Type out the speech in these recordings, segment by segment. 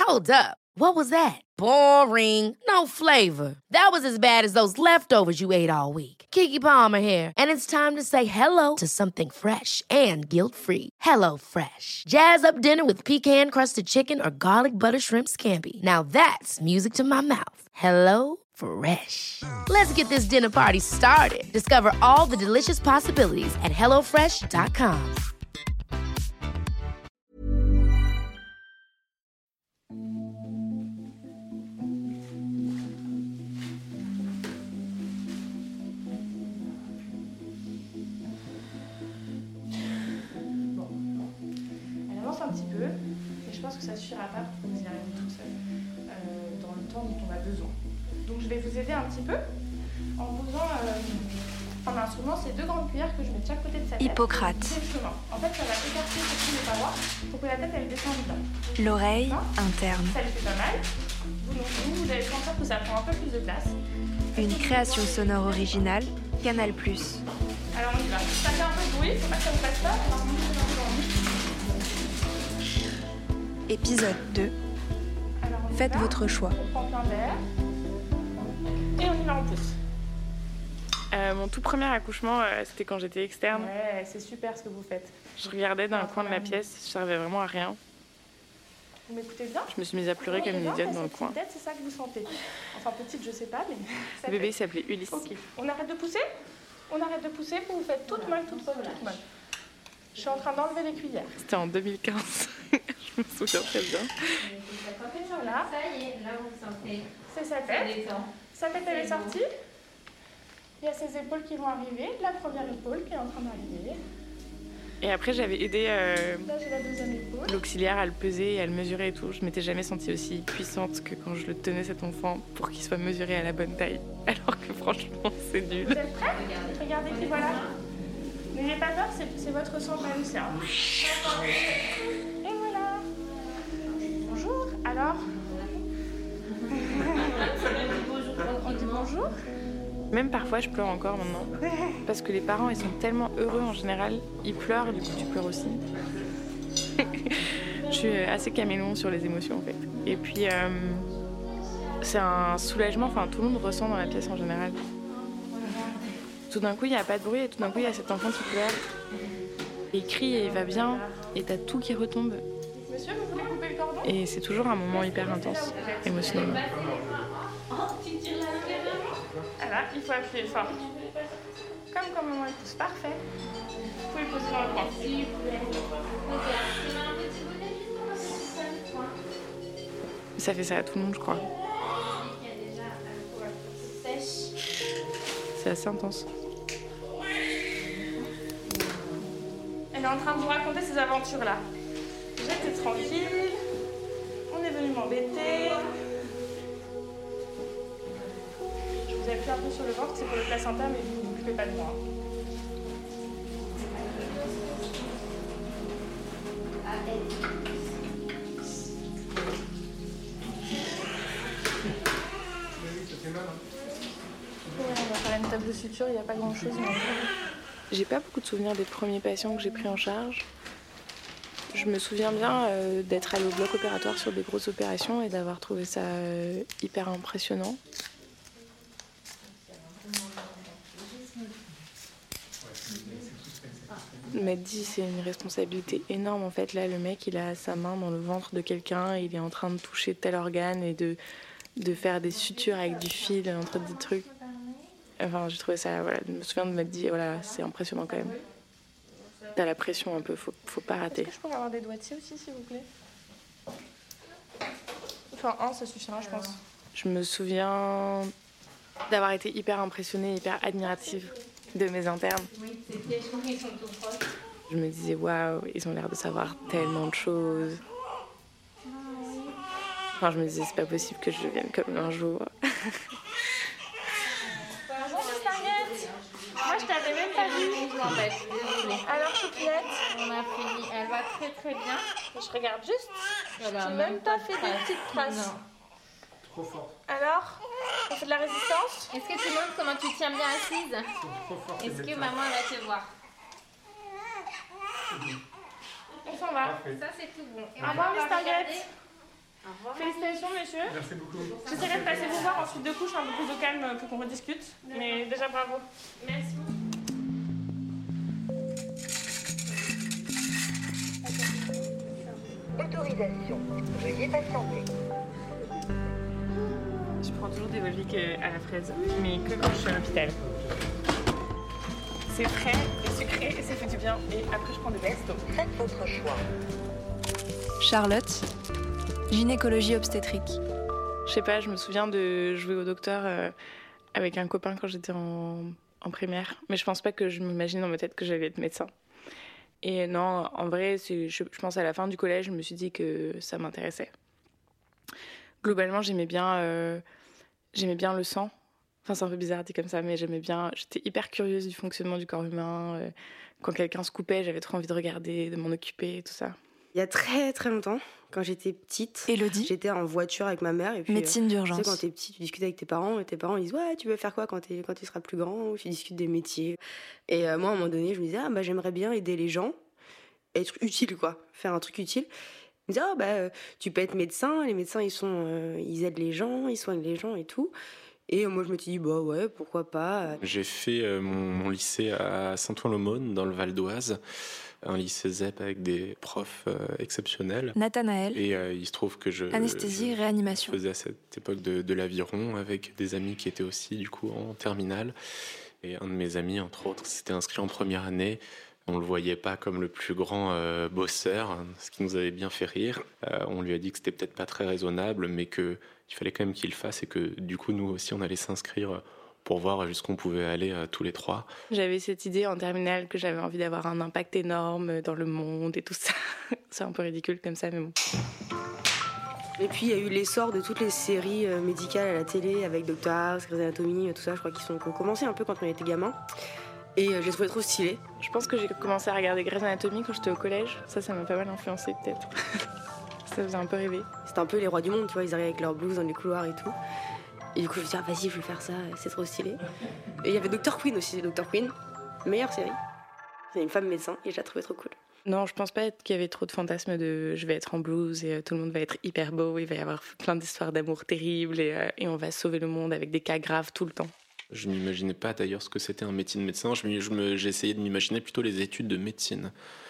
Hold up. What was that? Boring. No flavor. That was as bad as those leftovers you ate all week. Keke Palmer here, and it's time to say hello to something fresh and guilt-free. Hello Fresh. Jazz up dinner with pecan-crusted chicken or garlic butter shrimp scampi. Now that's music to my mouth. Hello Fresh. Let's get this dinner party started. Discover all the delicious possibilities at hellofresh.com. Un petit peu, mais je pense que ça suffira pas pour que vous y arriviez tout seul dans le temps dont on a besoin. Donc je vais vous aider un petit peu en posant en instrument ces 2 grandes cuillères que je mets de chaque côté de sa tête. Hippocrate. En fait, ça va écarter surtout les parois pour que la tête elle descende bien. L'oreille interne. Ça lui fait pas mal. Vous allez sentir que ça prend un peu plus de place. Une création sonore originale, Canal+. Alors on y va. Ça fait un peu de bruit, faut pas que ça vous passe pas. Épisode 2. Alors, Faites votre choix. On prend plein d'air. Et on y va, on pousse. Mon tout premier accouchement, c'était quand j'étais externe. Ouais, c'est super ce que vous faites. Je regardais dans un coin de la pièce, je servais vraiment à rien. Vous m'écoutez bien? Je me suis mise à pleurer comme une idiote dans le coin. Peut-être c'est ça que vous sentez. Enfin, petite, je sais pas, mais... Le bébé s'appelait Ulysse. Ok, on arrête de pousser? On arrête de pousser, vous vous faites toute mal, toute mal. Je suis en train d'enlever les cuillères. C'était en 2015. Je me souviens très bien. Voilà. Ça y est, là vous sentez. C'est sa tête. Sa tête, elle est sortie. Il y a ses épaules qui vont arriver. La première épaule qui est en train d'arriver. Et après, j'avais aidé Là, j'ai la deuxième épaule. l'auxiliaire à le peser et à le mesurer et tout. Je m'étais jamais sentie aussi puissante que quand je le tenais, cet enfant, pour qu'il soit mesuré à la bonne taille. Alors que franchement, c'est nul. Vous êtes prêts? Regardez qui voilà. N'ayez pas peur, c'est votre sang balancé. Et voilà. Bonjour. Alors on dit bonjour. Même parfois, je pleure encore maintenant. Parce que les parents, ils sont tellement heureux en général. Ils pleurent, du coup, tu pleures aussi. Je suis assez caméléon sur les émotions, en fait. Et puis, c'est un soulagement. Enfin, tout le monde ressent dans la pièce en général. Tout d'un coup, il n'y a pas de bruit et tout d'un coup, il y a cet enfant qui pleure. Il crie et il va bien et t'as tout qui retombe. Monsieur, vous voulez couper le cordon? Et c'est toujours un moment hyper intense, émotionnellement. Voilà, il faut appuyer fort. Comme quand maman elle pousse, parfait. Vous pouvez poser dans le coin. Ça fait ça à tout le monde, je crois. C'est assez intense. Elle est en train de vous raconter ses aventures-là. J'étais tranquille. On est venu m'embêter. Je vous appuie un peu sur le ventre, c'est pour le placenta, mais vous ne vous occupez pas de moi. Ouais, on va faire une table de suture, il n'y a pas grand-chose. Mais... J'ai pas beaucoup de souvenirs des premiers patients que j'ai pris en charge. Je me souviens bien d'être allée au bloc opératoire sur des grosses opérations et d'avoir trouvé ça hyper impressionnant. Il m'a dit c'est une responsabilité énorme en fait. Là, le mec, il a sa main dans le ventre de quelqu'un, il est en train de toucher tel organe et de faire des sutures avec du fil entre des trucs. Enfin, j'ai trouvé ça, voilà, je me souviens de m'être dit, voilà, c'est impressionnant quand même. T'as la pression un peu, faut pas rater. Est-ce que je pourrais avoir des doigtiers aussi, s'il vous plaît? Enfin, un, ça suffira, je pense. Je me souviens d'avoir été hyper impressionnée, hyper admirative de mes internes. Oui, c'était, je crois qu'ils sont tout proches. Je me disais, waouh, ils ont l'air de savoir tellement de choses. Enfin, je me disais, c'est pas possible que je devienne comme eux un jour. Bonjour, Stargate. Moi, je t'avais même pas vu. En fait, désolée. Alors, Choupinette, On a fini. Elle va très très bien. je regarde juste. Elle a J'ai même pas fait des petites traces. Non. Trop fort. Alors, on fait de la résistance? Est-ce que tu montres comment tu tiens bien assise? Trop fort. Est-ce que maman elle va te voir? On s'en va. Parfait. Ça c'est tout bon. Et Au revoir, on va les Stargate. regarder Félicitations, monsieur. Merci beaucoup. J'essaierai de passer vous voir ensuite de couche un peu plus au calme pour qu'on rediscute. Mais déjà, bravo. Merci. Autorisation. Veuillez patienter. Je prends toujours des Volvic à la fraise, mais que quand je suis à l'hôpital. C'est frais et sucré et ça fait du bien. Et après, je prends des pesto. Faites votre choix. Charlotte, gynécologie obstétrique. Je sais pas, je me souviens de jouer au docteur avec un copain quand j'étais en primaire. Mais je pense pas que je m'imagine dans ma tête que j'allais être médecin. Et non, en vrai, je pense à la fin du collège, je me suis dit que ça m'intéressait. Globalement, j'aimais bien le sang. Enfin, c'est un peu bizarre dit comme ça, mais j'aimais bien. J'étais hyper curieuse du fonctionnement du corps humain. Quand quelqu'un se coupait, j'avais trop envie de regarder, de m'en occuper, tout ça. Il y a très très longtemps, quand j'étais petite, Élodie, j'étais en voiture avec ma mère. Et puis, médecine tu sais, d'urgence. quand t'es petit, tu discutes avec tes parents, et tes parents ils disent ouais, tu veux faire quoi quand tu seras plus grand, tu discutes des métiers. Et moi, à un moment donné, je me disais j'aimerais bien aider les gens, être utile quoi, faire un truc utile. Je me disais tu peux être médecin, les médecins ils aident les gens, ils soignent les gens et tout. Et moi, je me suis dit, ouais, pourquoi pas. J'ai fait mon lycée à Saint-Ouen-l'Aumône, dans le Val d'Oise, un lycée ZEP avec des profs exceptionnels. Nathanaël, Et il se trouve que anesthésie, réanimation. je faisais à cette époque de l'aviron avec des amis qui étaient aussi du coup en terminale. Et un de mes amis, entre autres, s'était inscrit en première année. On le voyait pas comme le plus grand bosseur, ce qui nous avait bien fait rire. On lui a dit que c'était peut-être pas très raisonnable, mais qu'il fallait quand même qu'il le fasse et que du coup nous aussi on allait s'inscrire pour voir jusqu'où on pouvait aller tous les trois. J'avais cette idée en terminale que j'avais envie d'avoir un impact énorme dans le monde et tout ça. C'est un peu ridicule comme ça, mais bon. Et puis, il y a eu l'essor de toutes les séries médicales à la télé avec Dr House, Grey's Anatomy, tout ça, je crois qui ont commencé un peu quand on était gamin. Et j'ai trouvé trop stylé. Je pense que j'ai commencé à regarder Grey's Anatomy quand j'étais au collège. Ça m'a pas mal influencé peut-être. Ça faisait un peu rêver. C'était un peu les rois du monde, tu vois, ils arrivaient avec leurs blouses dans les couloirs et tout. Et du coup, je me suis dit, vas-y, je vais faire ça, c'est trop stylé. Et il y avait Dr Queen aussi, Dr Queen, meilleure série. C'est une femme médecin et je la trouvais trop cool. Non, je pense pas qu'il y avait trop de fantasmes de je vais être en blouse et tout le monde va être hyper beau, il va y avoir plein d'histoires d'amour terribles et on va sauver le monde avec des cas graves tout le temps. Je m'imaginais pas d'ailleurs ce que c'était un métier de médecin. J'ai essayé de m'imaginer plutôt les études de médecine.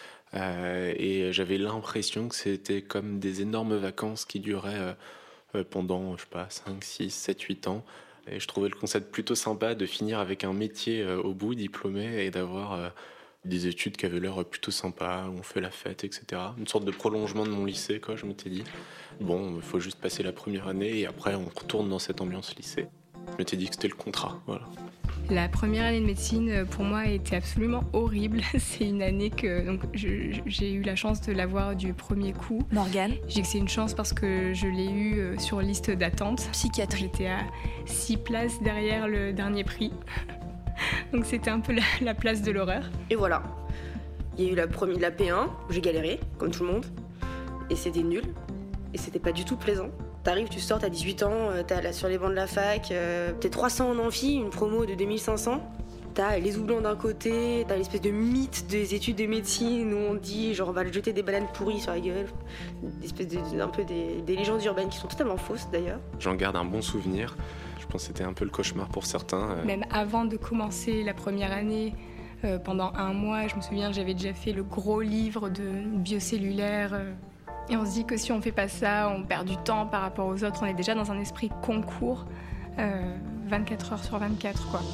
Et j'avais l'impression que c'était comme des énormes vacances qui duraient pendant, je sais pas, 5, 6, 7, 8 ans. Et je trouvais le concept plutôt sympa de finir avec un métier au bout, diplômé, et d'avoir des études qui avaient l'air plutôt sympas, où on fait la fête, etc. Une sorte de prolongement de mon lycée, quoi, je m'étais dit. Bon, il faut juste passer la première année et après on retourne dans cette ambiance lycée. Je m'étais dit que c'était le contrat, voilà. La première année de médecine, pour moi, était absolument horrible. C'est une année que j'ai eu la chance de l'avoir du premier coup. Morgane, Je dis que c'est une chance parce que je l'ai eu sur liste d'attente. psychiatrie. J'étais à 6 places derrière le dernier prix. Donc c'était un peu la place de l'horreur. Et voilà. Il y a eu la P1, où j'ai galéré, comme tout le monde. Et c'était nul. Et c'était pas du tout plaisant. T'arrives, tu sors, t'as 18 ans, t'as là sur les bancs de la fac, t'es 300 en amphi, une promo de 2500. T'as les houblons d'un côté, t'as l'espèce de mythe des études de médecine où on dit genre on va le jeter des bananes pourries sur la gueule. Un peu des légendes urbaines qui sont totalement fausses d'ailleurs. J'en garde un bon souvenir. Je pense que c'était un peu le cauchemar pour certains. Même avant de commencer la première année, pendant 1 mois, je me souviens que j'avais déjà fait le gros livre de biocellulaire. Et on se dit que si on fait pas ça, on perd du temps par rapport aux autres. On est déjà dans un esprit concours, 24 heures sur 24, quoi.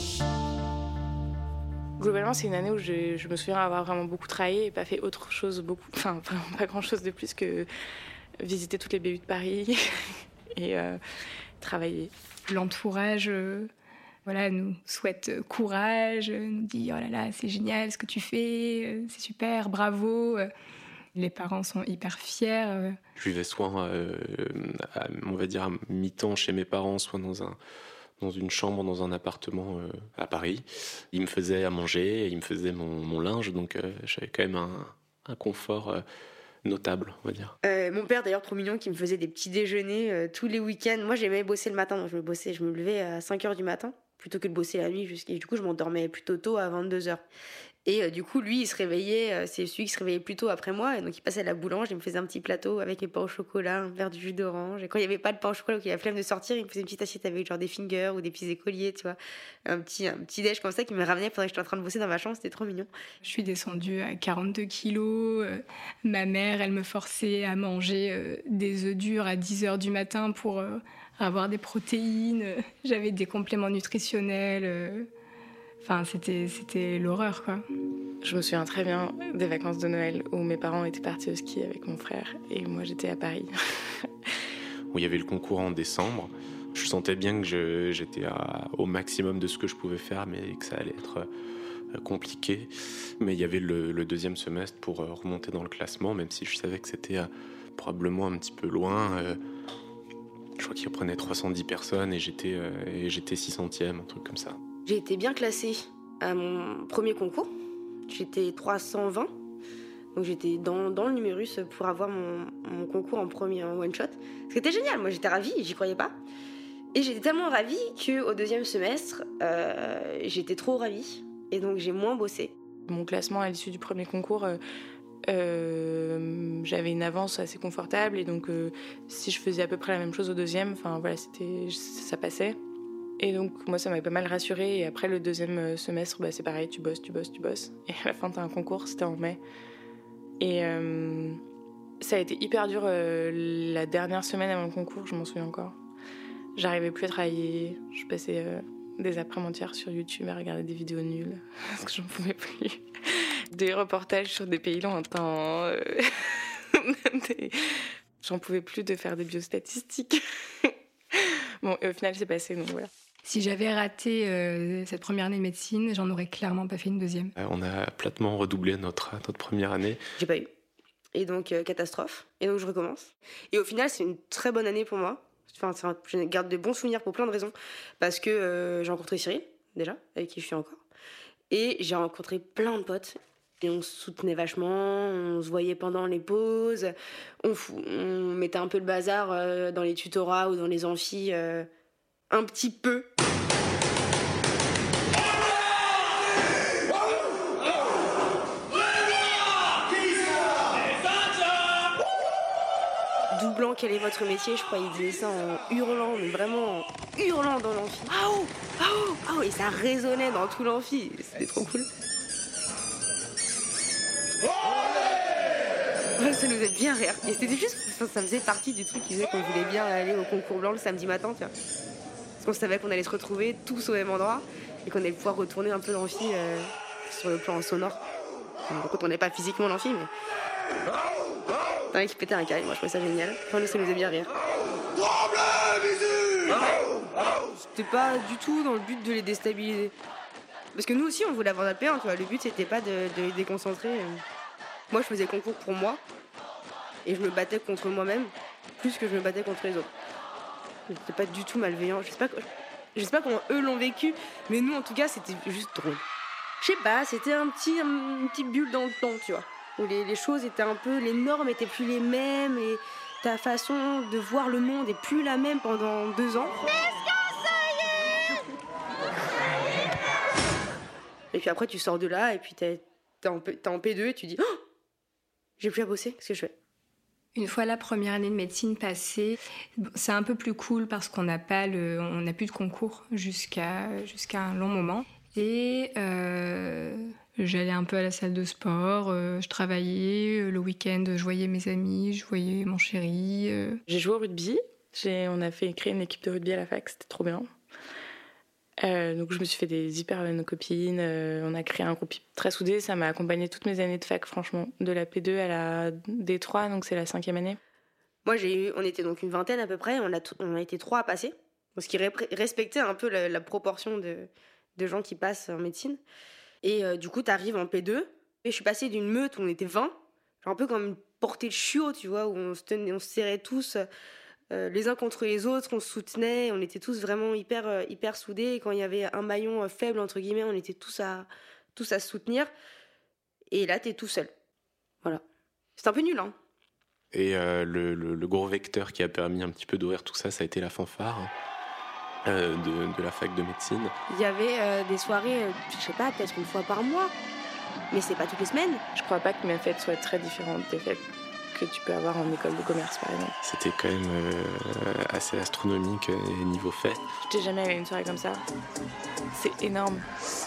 Globalement, c'est une année où je me souviens avoir vraiment beaucoup travaillé et pas fait autre chose, vraiment pas grand-chose de plus que visiter toutes les BU de Paris et travailler. L'entourage nous souhaite courage, nous dit « Oh là là, c'est génial ce que tu fais, c'est super, bravo ». Les parents sont hyper fiers. Je vivais soit, on va dire, à mi-temps chez mes parents, soit dans une chambre, dans un appartement à Paris. Ils me faisaient à manger, ils me faisaient mon linge, donc j'avais quand même un confort notable, on va dire. Mon père, d'ailleurs, trop mignon, qui me faisait des petits déjeuners tous les week-ends. Moi, j'aimais bosser le matin, donc je me levais à 5h du matin, plutôt que de bosser la nuit. Et du coup, je m'endormais plutôt tôt, à 22h. Et du coup, lui, il se réveillait, c'est celui qui se réveillait plus tôt après moi. Et donc, il passait à la boulange, il me faisait un petit plateau avec mes pains au chocolat, un verre de jus d'orange. Et quand il n'y avait pas de pain au chocolat ou qu'il avait la flemme de sortir, il me faisait une petite assiette avec genre des fingers ou des petits écoliers, tu vois. Un petit déj comme ça qui me ramenait pendant que j'étais en train de bosser dans ma chambre, c'était trop mignon. Je suis descendue à 42 kilos. Ma mère, elle me forçait à manger des œufs durs à 10h du matin pour avoir des protéines. J'avais des compléments nutritionnels. Enfin, c'était l'horreur, quoi. Je me souviens très bien des vacances de Noël où mes parents étaient partis au ski avec mon frère et moi j'étais à Paris. Où il y avait le concours en décembre. Je sentais bien que j'étais au maximum de ce que je pouvais faire, mais que ça allait être compliqué. Mais il y avait le deuxième semestre pour remonter dans le classement, même si je savais que c'était probablement un petit peu loin. Je crois qu'il reprenait 310 personnes et j'étais 600e, un truc comme ça. J'ai été bien classée à mon premier concours. J'étais 320. Donc j'étais dans le numérus pour avoir mon concours en premier, en one shot. C'était génial, moi j'étais ravie, j'y croyais pas. Et j'étais tellement ravie qu'au deuxième semestre, j'étais trop ravie. Et donc j'ai moins bossé. Mon classement à l'issue du premier concours, j'avais une avance assez confortable. Et donc si je faisais à peu près la même chose au deuxième, enfin voilà, ça passait. Et donc, moi, ça m'avait pas mal rassurée. Et après, le deuxième semestre, c'est pareil, tu bosses. Et à la fin, t'as un concours, c'était en mai. Et ça a été hyper dur la dernière semaine avant le concours, je m'en souviens encore. J'arrivais plus à travailler. Je passais des après-midi entières sur YouTube à regarder des vidéos nulles, parce que j'en pouvais plus. Des reportages sur des pays lointains. J'en pouvais plus de faire des biostatistiques. Bon, et au final, c'est passé, donc voilà. Si j'avais raté cette première année de médecine, j'en aurais clairement pas fait une deuxième. On a platement redoublé notre première année. J'ai pas eu. Et donc, catastrophe. Et donc, je recommence. Et au final, c'est une très bonne année pour moi. Enfin, je garde de bons souvenirs pour plein de raisons. Parce que j'ai rencontré Cyril, déjà, avec qui je suis encore. Et j'ai rencontré plein de potes. Et on se soutenait vachement, on se voyait pendant les pauses. On mettait un peu le bazar dans les tutorats ou dans les amphis. Un petit peu. Doublant quel est votre métier, je crois, il disait ça en hurlant, mais vraiment en hurlant dans l'amphi. Aouh, aouh, aouh, et ça résonnait dans tout l'amphi, c'était trop cool. Ça nous faisait bien rire. Et c'était juste, ça faisait partie du truc qui disait qu'on voulait bien aller au concours blanc le samedi matin, tu vois. Parce qu'on savait qu'on allait se retrouver tous au même endroit et qu'on allait pouvoir retourner un peu l'amphi sur le plan sonore. Quand on n'est pas physiquement l'amphi, mais... Un mec qui pétait un câble, moi je trouvais ça génial. Enfin, nous, ça nous faisait bien rire. C'était pas du tout dans le but de les déstabiliser. Parce que nous aussi, on voulait avoir notre P1, tu vois. Le but, c'était pas de les déconcentrer. Moi, je faisais concours pour moi. Et je me battais contre moi-même, plus que je me battais contre les autres. C'était pas du tout malveillant. Je sais pas comment eux l'ont vécu, mais nous, en tout cas, c'était juste drôle. Je sais pas, c'était une petite bulle dans le temps, tu vois. Où les choses étaient un peu... Les normes étaient plus les mêmes et ta façon de voir le monde est plus la même pendant 2 ans. Et puis après, tu sors de là et puis t'es en P2 et tu dis oh, j'ai plus à bosser, qu'est-ce que je fais? Une fois la première année de médecine passée, c'est un peu plus cool parce qu'on n'a plus de concours jusqu'à un long moment. Et j'allais un peu à la salle de sport, je travaillais, le week-end je voyais mes amis, je voyais mon chéri. J'ai joué au rugby, on a créé une équipe de rugby à la fac, c'était trop bien. Donc je me suis fait des hyper bonnes copines, on a créé un groupe très soudé, ça m'a accompagnée toutes mes années de fac franchement, de la P2 à la D3, donc c'est la 5e année. Moi on était donc une vingtaine à peu près, on a été 3 à passer, ce qui respectait un peu la proportion de gens qui passent en médecine. Et du coup t'arrives en P2, et je suis passée d'une meute où on était 20, genre un peu comme une portée de chiot, tu vois, où on se serrait tous... les uns contre les autres, on se soutenait, on était tous vraiment hyper soudés. Et quand il y avait un maillon faible, entre guillemets, on était tous à se soutenir. Et là, t'es tout seul. Voilà. C'est un peu nul, hein. Et le gros vecteur qui a permis un petit peu d'ouvrir tout ça, ça a été la fanfare de la fac de médecine. Il y avait des soirées, je sais pas, peut-être une fois par mois, Mais c'est pas toutes les semaines. Je crois pas que mes fêtes soient très différentes des fêtes que tu peux avoir en école de commerce, par exemple. C'était quand même assez astronomique niveau fête. Je t'ai jamais allé à une soirée comme ça. C'est énorme.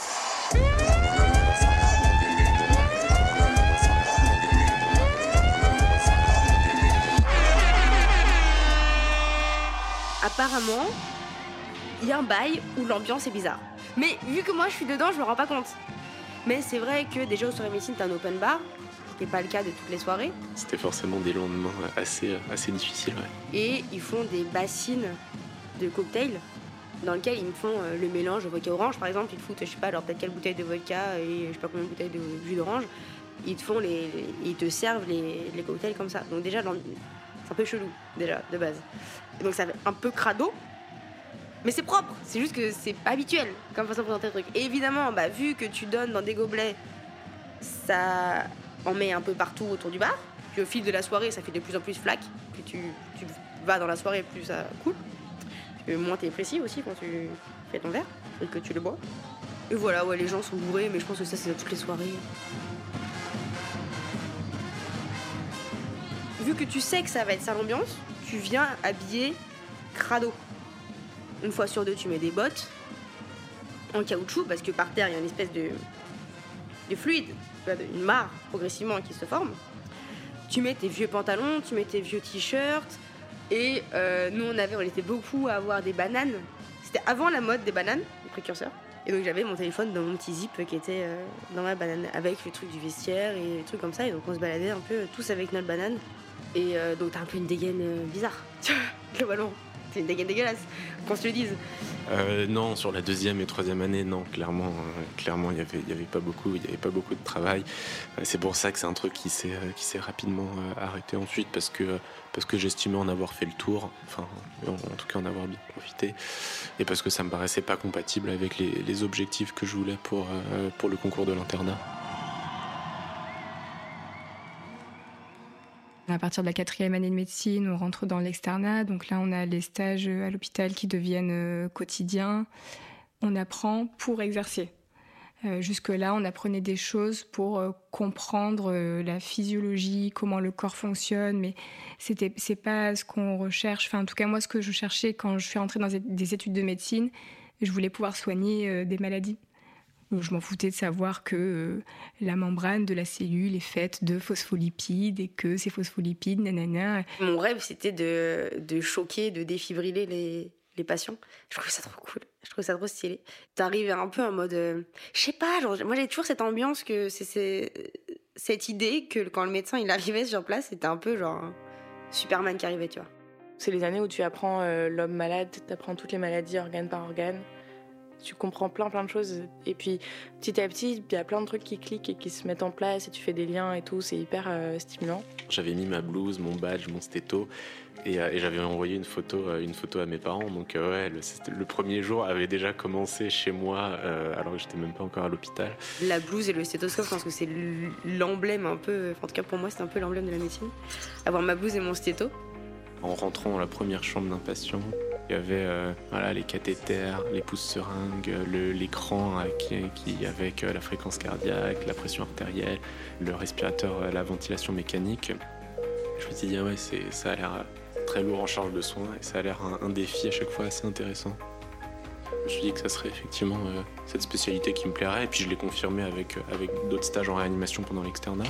Apparemment, il y a un bail où l'ambiance est bizarre. Mais vu que moi je suis dedans, je me rends pas compte. Mais c'est vrai que déjà aux soirées médecine, t'as un open bar, ce qui n'est pas le cas de toutes les soirées. C'était forcément des lendemains assez difficiles, ouais. Et ils font des bassines de cocktails dans lesquels ils me font le mélange vodka-orange, par exemple. Ils te foutent, je sais pas, alors peut-être quelle bouteille de vodka et je sais pas combien de bouteilles de jus d'orange. Ils te servent les cocktails comme ça. Donc déjà, c'est un peu chelou, déjà, de base. Et donc ça fait un peu crado. Mais c'est propre, c'est juste que c'est pas habituel comme façon de présenter le truc. Et évidemment, vu que tu donnes dans des gobelets, ça en met un peu partout autour du bar. Puis au fil de la soirée, ça fait de plus en plus flaque. Plus tu vas dans la soirée, plus ça coule. Puis moins t'es précis aussi quand tu fais ton verre et que tu le bois. Et voilà, ouais, les gens sont bourrés, mais je pense que ça, c'est dans toutes les soirées. Vu que tu sais que ça va être ça l'ambiance, tu viens habillé crado. Une fois sur deux, tu mets des bottes en caoutchouc parce que par terre, il y a une espèce de fluide, une mare progressivement qui se forme. Tu mets tes vieux pantalons, tu mets tes vieux t-shirts. Et nous, on était beaucoup à avoir des bananes. C'était avant la mode des bananes, les précurseurs. Et donc j'avais mon téléphone dans mon petit zip qui était dans ma banane avec le truc du vestiaire et des trucs comme ça. Et donc on se baladait un peu tous avec notre banane. Et donc t'as un peu une dégaine bizarre, globalement. C'est une dégaine dégueulasse, qu'on se le dise. Non, sur la deuxième et troisième année, non, clairement, il y avait pas beaucoup de travail. C'est pour ça que c'est un truc qui s'est rapidement arrêté ensuite parce que j'estimais en avoir fait le tour, enfin, en tout cas en avoir bien profité, et parce que ça me paraissait pas compatible avec les objectifs que je voulais pour le concours de l'internat. À partir de la 4e année de médecine, on rentre dans l'externat. Donc là, on a les stages à l'hôpital qui deviennent quotidiens. On apprend pour exercer. Jusque-là, on apprenait des choses pour comprendre la physiologie, comment le corps fonctionne, mais c'est pas ce qu'on recherche. Enfin, en tout cas, moi, ce que je cherchais quand je suis entrée dans des études de médecine, je voulais pouvoir soigner des maladies. Je m'en foutais de savoir que la membrane de la cellule est faite de phospholipides et que ces phospholipides, nanana. Mon rêve, c'était de choquer, de défibriller les patients. Je trouvais ça trop cool. Je trouvais ça trop stylé. T'arrives un peu en mode... je sais pas, genre, moi j'ai toujours cette ambiance, que c'est cette idée que quand le médecin il arrivait sur place, c'était un peu genre Superman qui arrivait, tu vois. C'est les années où tu apprends l'homme malade, t'apprends toutes les maladies organe par organe. Tu comprends plein de choses. Et puis, petit à petit, il y a plein de trucs qui cliquent et qui se mettent en place et tu fais des liens et tout. C'est hyper stimulant. J'avais mis ma blouse, mon badge, mon stéto et j'avais envoyé une photo à mes parents. Donc, le premier jour avait déjà commencé chez moi alors que j'étais même pas encore à l'hôpital. La blouse et le stéthoscope, je pense que c'est l'emblème un peu... En tout cas, pour moi, c'est un peu l'emblème de la médecine. Avoir ma blouse et mon stéto. En rentrant dans la première chambre d'un patient, il y avait les cathéters, les pouces-seringues, l'écran avec la fréquence cardiaque, la pression artérielle, le respirateur, la ventilation mécanique. Je me suis dit, ça a l'air très lourd en charge de soins et ça a l'air un défi à chaque fois assez intéressant. Je me suis dit que ça serait effectivement cette spécialité qui me plairait et puis je l'ai confirmé avec d'autres stages en réanimation pendant l'externat.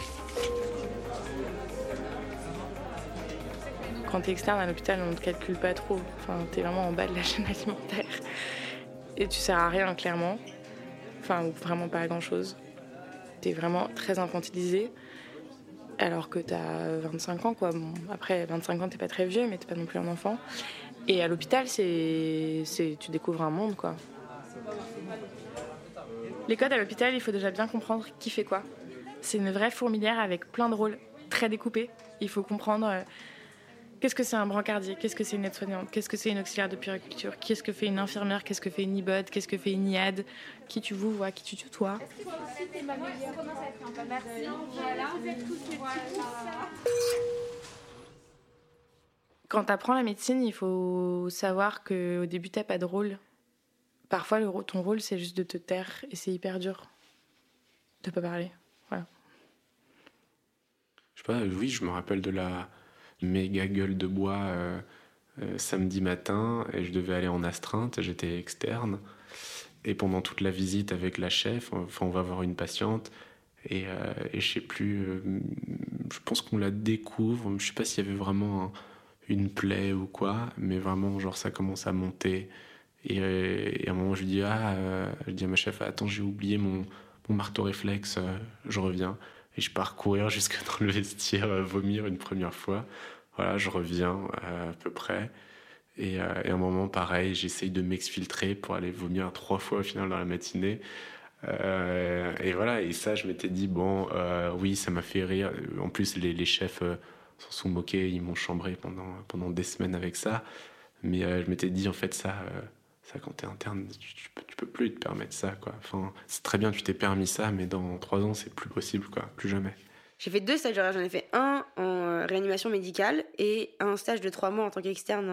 Quand t'es externe à l'hôpital, on ne te calcule pas trop. Enfin, t'es vraiment en bas de la chaîne alimentaire. Et tu sers à rien, clairement. Enfin, vraiment pas à grand-chose. T'es vraiment très infantilisé. Alors que t'as 25 ans, quoi. Bon, après, 25 ans, t'es pas très vieux, mais t'es pas non plus un enfant. Et à l'hôpital, tu découvres un monde, quoi. Les codes à l'hôpital, il faut déjà bien comprendre qui fait quoi. C'est une vraie fourmilière avec plein de rôles très découpés. Il faut comprendre... Qu'est-ce que c'est un brancardier ? Qu'est-ce que c'est une aide-soignante ? Qu'est-ce que c'est une auxiliaire de puériculture ? Qu'est-ce que fait une infirmière ? Qu'est-ce que fait une IBOD ? Qu'est-ce que fait une IAD ? Qui tu vous vois ? Qui tu tutoies ? Quand tu apprends la médecine, il faut savoir qu'au début, tu n'as pas de rôle. Parfois, ton rôle, c'est juste de te taire et c'est hyper dur de ne pas parler. Voilà. Je sais pas, oui, je me rappelle de la méga gueule de bois samedi matin, et je devais aller en astreinte, j'étais externe. Et pendant toute la visite avec la chef, on va voir une patiente, et je sais plus, je pense qu'on la découvre, je sais pas s'il y avait vraiment une plaie ou quoi, mais vraiment, genre, ça commence à monter. Et à un moment, je dis à ma chef, attends, j'ai oublié mon marteau réflexe, je reviens. Et je pars courir jusque dans le vestiaire, vomir une première fois. Voilà, je reviens à peu près. Et à un moment, pareil, j'essaye de m'exfiltrer pour aller vomir 3 fois au final dans la matinée. Et voilà, et ça, je m'étais dit, bon, oui, ça m'a fait rire. En plus, les chefs s'en sont moqués, ils m'ont chambré pendant des semaines avec ça. Mais je m'étais dit, en fait, ça quand t'es interne, tu peux plus te permettre ça, quoi. Enfin, c'est très bien, tu t'es permis ça, mais dans 3 ans, c'est plus possible, quoi. Plus jamais. J'ai fait 2 stages d'horaire. J'en ai fait un en réanimation médicale et un stage de 3 mois en tant qu'externe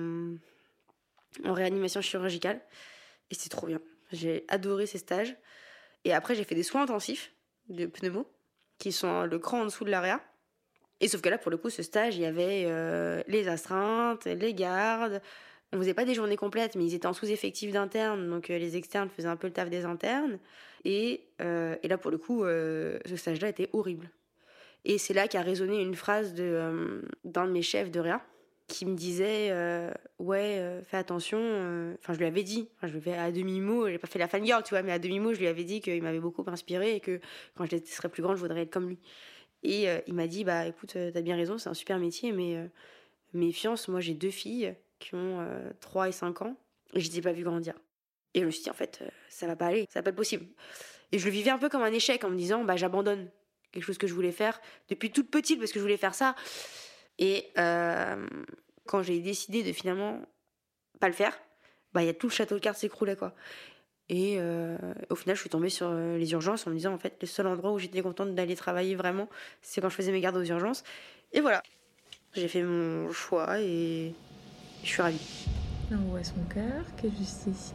en réanimation chirurgicale. Et c'est trop bien. J'ai adoré ces stages. Et après, j'ai fait des soins intensifs de pneumo, qui sont le cran en dessous de l'AREA. Et sauf que là, pour le coup, ce stage, il y avait les astreintes, les gardes. On faisait pas des journées complètes, mais ils étaient en sous-effectif d'internes, donc les externes faisaient un peu le taf des internes. Et là, pour le coup, ce stage-là était horrible. Et c'est là qu'a résonné une phrase d'un de mes chefs de réa, qui me disait fais attention. Enfin, je lui avais dit, je lui ai fait à demi-mot, j'ai pas fait la fangirl, tu vois, mais à demi-mot, je lui avais dit qu'il m'avait beaucoup inspiré et que quand je serais plus grande, je voudrais être comme lui. Et il m'a dit, bah écoute, t'as bien raison, c'est un super métier, mais méfiance, moi j'ai 2 filles qui ont 3 et 5 ans, et je les ai pas vues grandir. Et je me suis dit, en fait, ça va pas aller, ça va pas être possible. Et je le vivais un peu comme un échec, en me disant, bah j'abandonne quelque chose que je voulais faire depuis toute petite, parce que je voulais faire ça. Et quand j'ai décidé de finalement pas le faire, bah il y a tout le château de cartes s'écroulait, quoi. Et au final, je suis tombée sur les urgences en me disant, en fait, le seul endroit où j'étais contente d'aller travailler vraiment, c'est quand je faisais mes gardes aux urgences. Et voilà, j'ai fait mon choix et je suis ravie. Là, on voit son cœur qui est juste ici.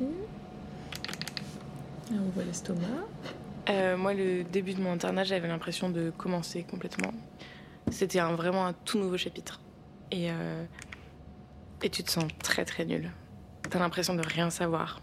Là, on voit l'estomac. Moi, le début de mon internat, j'avais l'impression de commencer complètement. C'était vraiment un tout nouveau chapitre. Et tu te sens très très nul. T'as l'impression de rien savoir.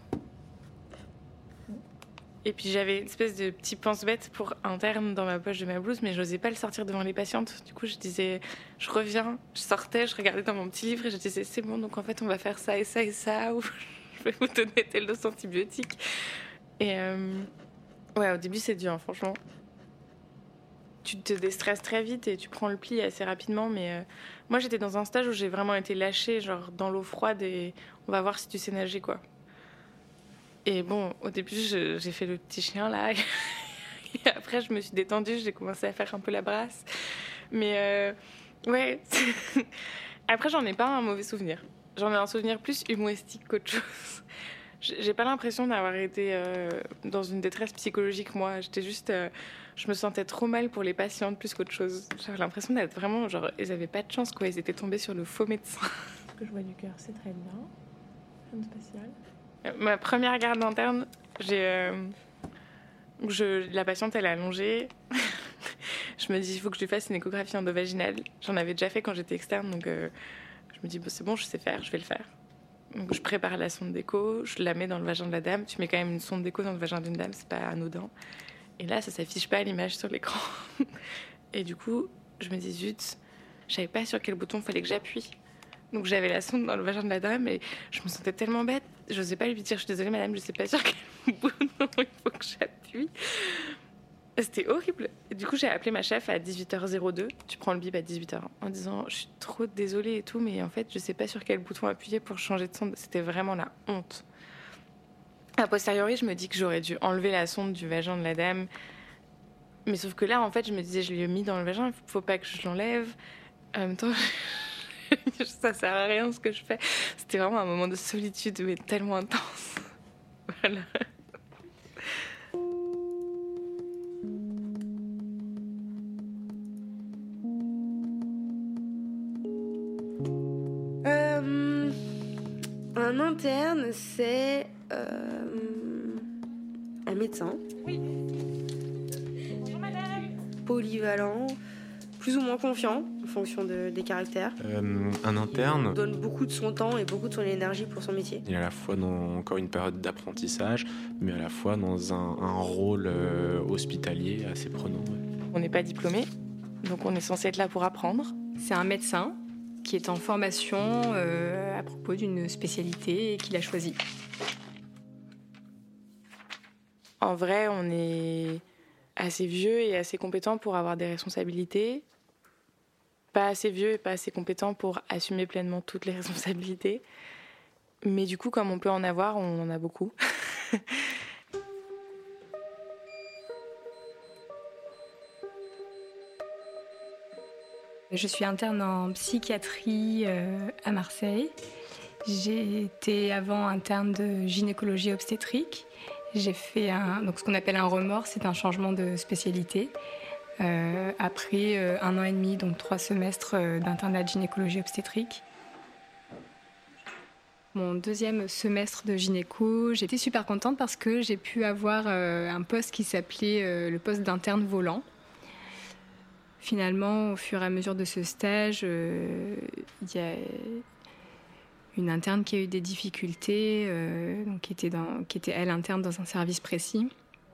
Et puis j'avais une espèce de petit pense-bête pour interne dans ma poche de ma blouse, mais j'osais pas le sortir devant les patientes. Du coup, je disais, je reviens, je sortais, je regardais dans mon petit livre et je disais, c'est bon, donc en fait, on va faire ça et ça et ça, ou je vais vous donner telle dose antibiotique. Et ouais, au début, c'est dur, franchement. Tu te déstresses très vite et tu prends le pli assez rapidement, mais moi, j'étais dans un stage où j'ai vraiment été lâchée, genre dans l'eau froide, et on va voir si tu sais nager, quoi. Et bon, au début, j'ai fait le petit chien, là. Et après, je me suis détendue, j'ai commencé à faire un peu la brasse. Mais ouais. Après, j'en ai pas un mauvais souvenir. J'en ai un souvenir plus humoristique qu'autre chose. J'ai pas l'impression d'avoir été dans une détresse psychologique, moi. J'étais juste... je me sentais trop mal pour les patientes plus qu'autre chose. J'avais l'impression d'être vraiment... Genre, ils avaient pas de chance, quoi. Ils étaient tombés sur le faux médecin. Ce que je vois du cœur, c'est très bien. Rien de spécial. Ma première garde interne, la patiente, elle est allongée. Je me dis, il faut que je lui fasse une échographie endovaginale. J'en avais déjà fait quand j'étais externe, donc je me dis, bah, c'est bon, je sais faire, je vais le faire. Donc je prépare la sonde d'écho, je la mets dans le vagin de la dame. Tu mets quand même une sonde d'écho dans le vagin d'une dame, c'est pas anodin. Et là, ça s'affiche pas à l'image sur l'écran. Et du coup, je me dis, zut, je savais pas sur quel bouton il fallait que j'appuie. Donc j'avais la sonde dans le vagin de la dame et je me sentais tellement bête. Je n'osais pas lui dire, je suis désolée madame, je sais pas sur quel bouton il faut que j'appuie. C'était horrible. Et du coup, j'ai appelé ma chef à 18h02. Tu prends le bip à 18h en disant, je suis trop désolée et tout, mais en fait, je sais pas sur quel bouton appuyer pour changer de sonde. C'était vraiment la honte. A posteriori, je me dis que j'aurais dû enlever la sonde du vagin de la dame. Mais sauf que là, en fait, je me disais, je lui ai mis dans le vagin, il faut pas que je l'enlève. En même temps... ça sert à rien ce que je fais. C'était vraiment un moment de solitude mais tellement intense. Voilà. Un interne, c'est un médecin. Oui. Bonjour madame. polyvalent, plus ou moins confiant en fonction des caractères. Un interne Il donne beaucoup de son temps et beaucoup de son énergie pour son métier. Il est à la fois dans encore une période d'apprentissage, mais à la fois dans un rôle hospitalier assez prenant. Ouais. On n'est pas diplômé, donc on est censé être là pour apprendre. C'est un médecin qui est en formation à propos d'une spécialité qu'il a choisie. En vrai, on est assez vieux et assez compétent pour avoir des responsabilités. Pas assez vieux et pas assez compétent pour assumer pleinement toutes les responsabilités. Mais du coup, comme on peut en avoir, on en a beaucoup. Je suis interne en psychiatrie à Marseille. J'ai été avant interne de gynécologie obstétrique. J'ai fait donc ce qu'on appelle un remords, c'est un changement de spécialité. Après 1 an et demi, donc 3 semestres d'internat de gynécologie obstétrique. Mon 2e semestre de gynéco, j'étais super contente parce que j'ai pu avoir un poste qui s'appelait le poste d'interne volant. Finalement, au fur et à mesure de ce stage, il y a une interne qui a eu des difficultés, donc qui était elle interne dans un service précis.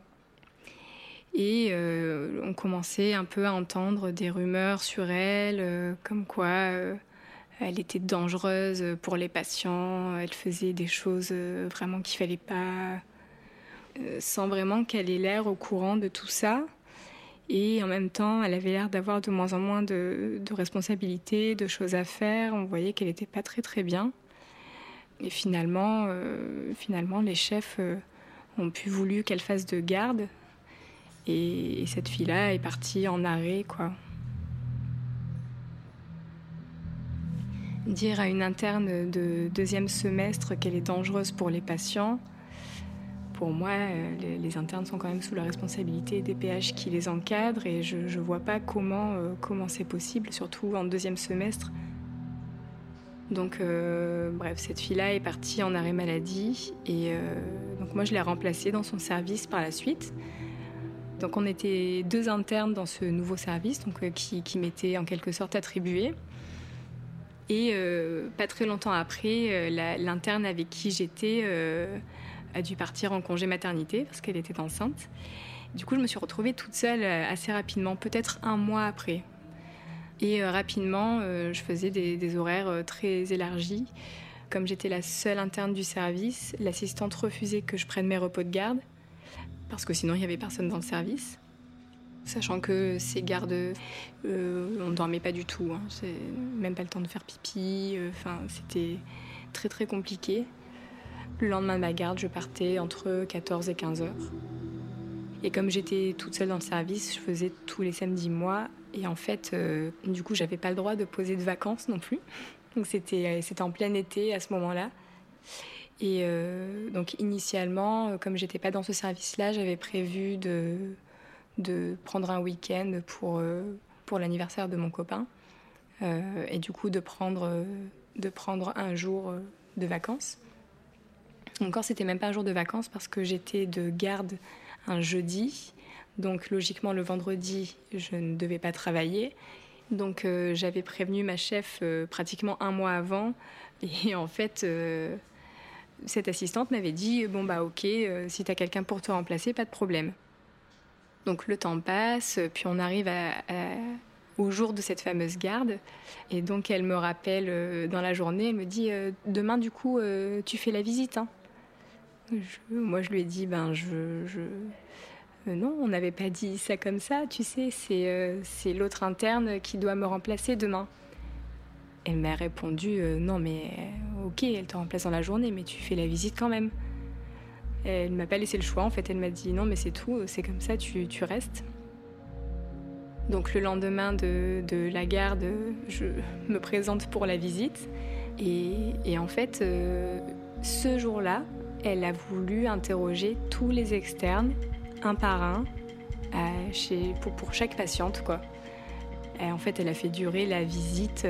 Et on commençait un peu à entendre des rumeurs sur elle, comme quoi elle était dangereuse pour les patients, elle faisait des choses vraiment qu'il ne fallait pas, sans vraiment qu'elle ait l'air au courant de tout ça. Et en même temps, elle avait l'air d'avoir de moins en moins de responsabilités, de choses à faire. On voyait qu'elle n'était pas très très bien. Et finalement les chefs ont pu voulu qu'elle fasse de garde. Et cette fille-là est partie en arrêt, quoi. Dire à une interne de 2e semestre qu'elle est dangereuse pour les patients, pour moi, les internes sont quand même sous la responsabilité des PH qui les encadrent et je ne vois pas comment c'est possible, surtout en 2e semestre. Donc, bref, cette fille-là est partie en arrêt maladie et donc moi, je l'ai remplacée dans son service par la suite. Donc, on était 2 internes dans ce nouveau service donc, qui m'était en quelque sorte attribué. Et pas très longtemps après, l'interne avec qui j'étais a dû partir en congé maternité parce qu'elle était enceinte. Du coup, je me suis retrouvée toute seule assez rapidement, peut-être 1 mois après. Et rapidement, je faisais des horaires très élargis. Comme j'étais la seule interne du service, l'assistante refusait que je prenne mes repos de garde parce que sinon, il n'y avait personne dans le service. Sachant que ces gardes, on ne dormait pas du tout. Hein. C'est même pas le temps de faire pipi. C'était très, très compliqué. Le lendemain de ma garde, je partais entre 14 et 15 heures. Et comme j'étais toute seule dans le service, je faisais tous les samedis mois. Et en fait, du coup, j'avais pas le droit de poser de vacances non plus. Donc c'était en plein été à ce moment-là. Et donc initialement, comme j'étais pas dans ce service-là, j'avais prévu de prendre un week-end pour l'anniversaire de mon copain. Et du coup, de prendre 1 jour de vacances. Encore, c'était même pas un jour de vacances parce que j'étais de garde un jeudi. Donc, logiquement, le vendredi, je ne devais pas travailler. Donc, j'avais prévenu ma chef pratiquement 1 mois avant. Et en fait, cette assistante m'avait dit « Bon, bah ok, si t'as quelqu'un pour te remplacer, pas de problème. » Donc, le temps passe, puis on arrive au jour de cette fameuse garde. Et donc, elle me rappelle dans la journée, elle me dit « Demain, du coup, tu fais la visite, hein. » Moi, je lui ai dit, non, on n'avait pas dit ça comme ça, tu sais, c'est l'autre interne qui doit me remplacer demain. Elle m'a répondu, non, mais ok, elle te remplace dans la journée, mais tu fais la visite quand même. Elle ne m'a pas laissé le choix, en fait, elle m'a dit, non, mais c'est tout, c'est comme ça, tu restes. Donc le lendemain de la garde, je me présente pour la visite, et en fait, ce jour-là, elle a voulu interroger tous les externes, un par un, pour chaque patiente, quoi. Et en fait, elle a fait durer la visite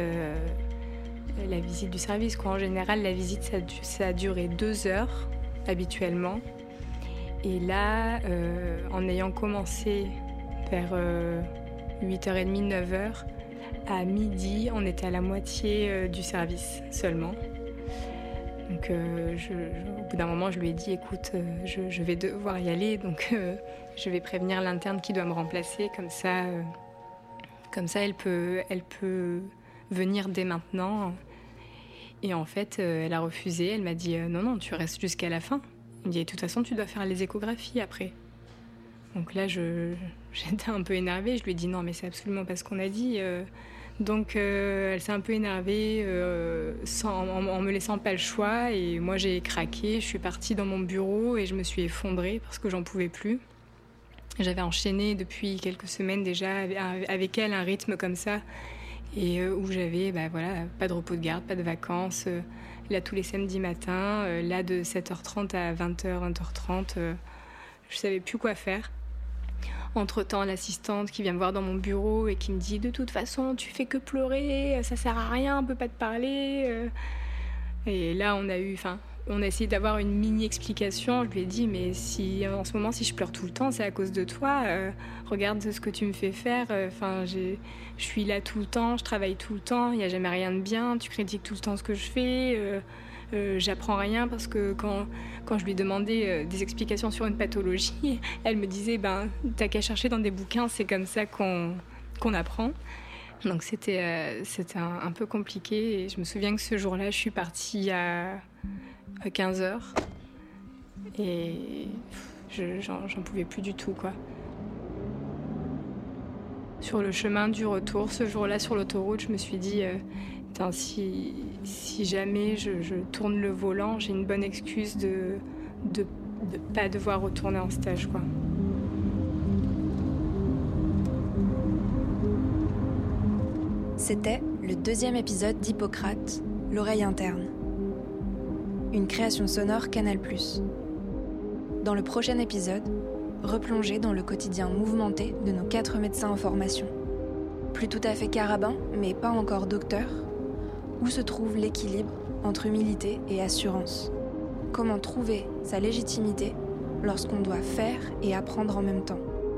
du service, quoi. En général, la visite, ça a duré 2 heures, habituellement. Et là, en ayant commencé vers 8h30, 9h. À midi, on était à la moitié du service seulement. Donc au bout d'un moment, je lui ai dit, écoute, je vais devoir y aller, donc je vais prévenir l'interne qui doit me remplacer, comme ça elle peut venir dès maintenant. Et en fait, elle a refusé, elle m'a dit, non, tu restes jusqu'à la fin. Elle me dit, de toute façon, tu dois faire les échographies après. Donc là, j'étais un peu énervée, je lui ai dit, non, mais c'est absolument pas ce qu'on a dit. Donc elle s'est un peu énervée en me laissant pas le choix, et moi j'ai craqué, je suis partie dans mon bureau et je me suis effondrée parce que j'en pouvais plus. J'avais enchaîné depuis quelques semaines déjà avec elle un rythme comme ça, et où j'avais pas de repos de garde, pas de vacances, là tous les samedis matins, là de 7h30 à 20h, 20h30, je savais plus quoi faire. Entre-temps, l'assistante qui vient me voir dans mon bureau et qui me dit « De toute façon, tu fais que pleurer, ça sert à rien, on peut pas te parler. » Et là, on a essayé d'avoir une mini-explication. Je lui ai dit « Mais en ce moment, si je pleure tout le temps, c'est à cause de toi. Regarde ce que tu me fais faire. Je suis là tout le temps, je travaille tout le temps, il n'y a jamais rien de bien. Tu critiques tout le temps ce que je fais. J'apprends rien, parce que quand je lui demandais des explications sur une pathologie, elle me disait t'as qu'à chercher dans des bouquins, c'est comme ça qu'on apprend. Donc c'était un peu compliqué, et je me souviens que ce jour-là, je suis partie à 15h et j'en pouvais plus du tout, quoi. Sur le chemin du retour, ce jour-là sur l'autoroute, je me suis dit si jamais je tourne le volant, j'ai une bonne excuse de pas devoir retourner en stage, quoi. C'était le 2e épisode d'Hippocrate, l'oreille interne. Une création sonore Canal+. Dans le prochain épisode, replongez dans le quotidien mouvementé de nos 4 médecins en formation. Plus tout à fait carabins, mais pas encore docteurs. Où se trouve l'équilibre entre humilité et assurance? Comment trouver sa légitimité lorsqu'on doit faire et apprendre en même temps?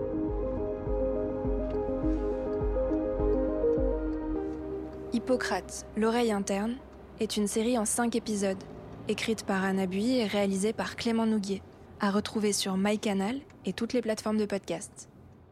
Hippocrate, l'oreille interne, est une série en 5 épisodes, écrite par Anna Bui et réalisée par Clément Nouguier, à retrouver sur MyCanal et toutes les plateformes de podcast.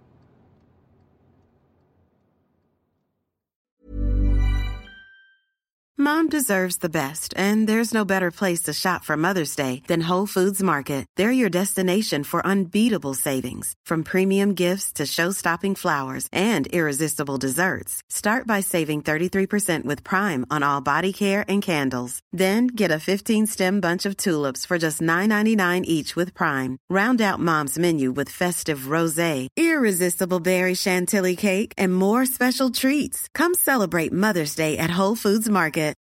Mom deserves the best, and there's no better place to shop for Mother's Day than Whole Foods Market. They're your destination for unbeatable savings, from premium gifts to show-stopping flowers and irresistible desserts. Start by saving 33% with Prime on all body care and candles. Then get a 15-stem bunch of tulips for just $9.99 each with Prime. Round out Mom's menu with festive rosé, irresistible berry chantilly cake, and more special treats. Come celebrate Mother's Day at Whole Foods Market.